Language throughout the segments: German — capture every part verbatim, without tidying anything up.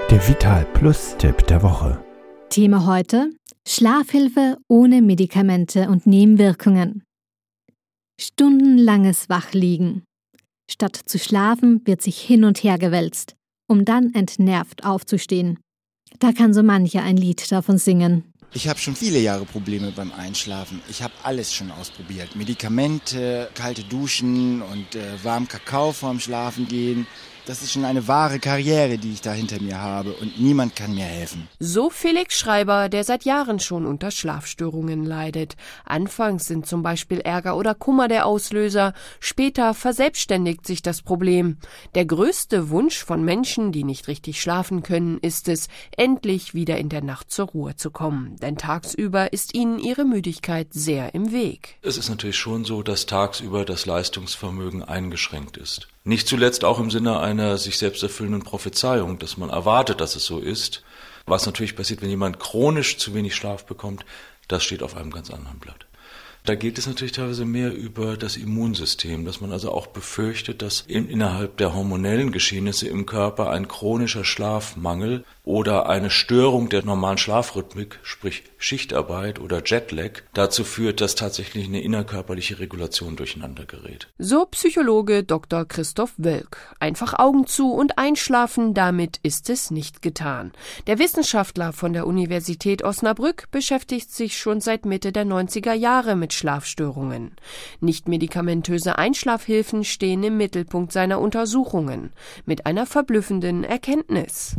Der Vital Plus Tipp der Woche. Thema heute: Schlafhilfe ohne Medikamente und Nebenwirkungen. Stundenlanges Wachliegen. Statt zu schlafen wird sich hin und her gewälzt, um dann entnervt aufzustehen. Da kann so mancher ein Lied davon singen. Ich habe schon viele Jahre Probleme beim Einschlafen. Ich habe alles schon ausprobiert. Medikamente, kalte Duschen und äh, warmen Kakao vorm Schlafengehen. Das ist schon eine wahre Karriere, die ich da hinter mir habe, und niemand kann mir helfen. So Felix Schreiber, der seit Jahren schon unter Schlafstörungen leidet. Anfangs sind zum Beispiel Ärger oder Kummer der Auslöser, später verselbstständigt sich das Problem. Der größte Wunsch von Menschen, die nicht richtig schlafen können, ist es, endlich wieder in der Nacht zur Ruhe zu kommen. Denn tagsüber ist ihnen ihre Müdigkeit sehr im Weg. Es ist natürlich schon so, dass tagsüber das Leistungsvermögen eingeschränkt ist. Nicht zuletzt auch im Sinne einer sich selbst erfüllenden Prophezeiung, dass man erwartet, dass es so ist. Was natürlich passiert, wenn jemand chronisch zu wenig Schlaf bekommt, das steht auf einem ganz anderen Blatt. Da geht es natürlich teilweise mehr über das Immunsystem, dass man also auch befürchtet, dass in, innerhalb der hormonellen Geschehnisse im Körper ein chronischer Schlafmangel oder eine Störung der normalen Schlafrhythmik, sprich Schichtarbeit oder Jetlag, dazu führt, dass tatsächlich eine innerkörperliche Regulation durcheinander gerät. So Psychologe Doktor Christoph Wölk. Einfach Augen zu und einschlafen, damit ist es nicht getan. Der Wissenschaftler von der Universität Osnabrück beschäftigt sich schon seit Mitte der neunziger Jahre mit Schlafstörungen. Nichtmedikamentöse Einschlafhilfen stehen im Mittelpunkt seiner Untersuchungen, mit einer verblüffenden Erkenntnis.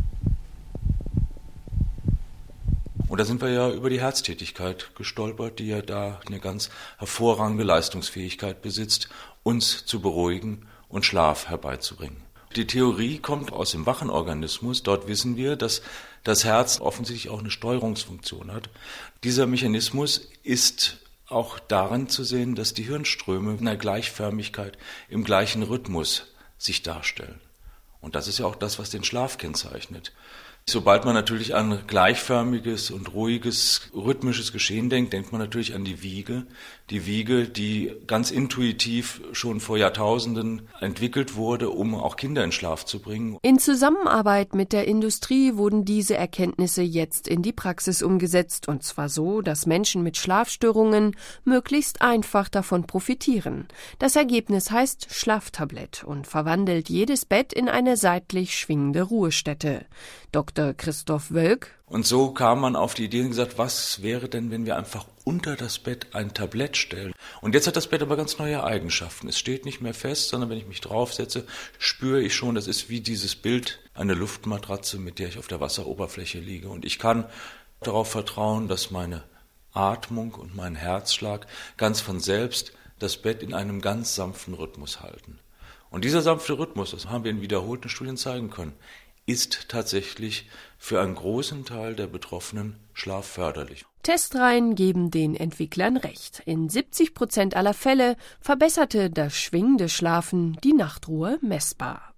Und da sind wir ja über die Herztätigkeit gestolpert, die ja da eine ganz hervorragende Leistungsfähigkeit besitzt, uns zu beruhigen und Schlaf herbeizubringen. Die Theorie kommt aus dem wachen Organismus. Dort wissen wir, dass das Herz offensichtlich auch eine Steuerungsfunktion hat. Dieser Mechanismus ist auch daran zu sehen, dass die Hirnströme in einer Gleichförmigkeit, im gleichen Rhythmus sich darstellen. Und das ist ja auch das, was den Schlaf kennzeichnet. Sobald man natürlich an gleichförmiges und ruhiges, rhythmisches Geschehen denkt, denkt man natürlich an die Wiege. Die Wiege, die ganz intuitiv schon vor Jahrtausenden entwickelt wurde, um auch Kinder in Schlaf zu bringen. In Zusammenarbeit mit der Industrie wurden diese Erkenntnisse jetzt in die Praxis umgesetzt, und zwar so, dass Menschen mit Schlafstörungen möglichst einfach davon profitieren. Das Ergebnis heißt Schlaftablett und verwandelt jedes Bett in eine seitlich schwingende Ruhestätte. Doktor Christoph Wölk. Und so kam man auf die Idee und gesagt, was wäre denn, wenn wir einfach unter das Bett ein Tablett stellen? Und jetzt hat das Bett aber ganz neue Eigenschaften. Es steht nicht mehr fest, sondern wenn ich mich draufsetze, spüre ich schon, das ist wie dieses Bild, eine Luftmatratze, mit der ich auf der Wasseroberfläche liege. Und ich kann darauf vertrauen, dass meine Atmung und mein Herzschlag ganz von selbst das Bett in einem ganz sanften Rhythmus halten. Und dieser sanfte Rhythmus, das haben wir in wiederholten Studien zeigen können, ist tatsächlich für einen großen Teil der Betroffenen schlafförderlich. Testreihen geben den Entwicklern recht. In siebzig Prozent aller Fälle verbesserte das schwingende Schlafen die Nachtruhe messbar.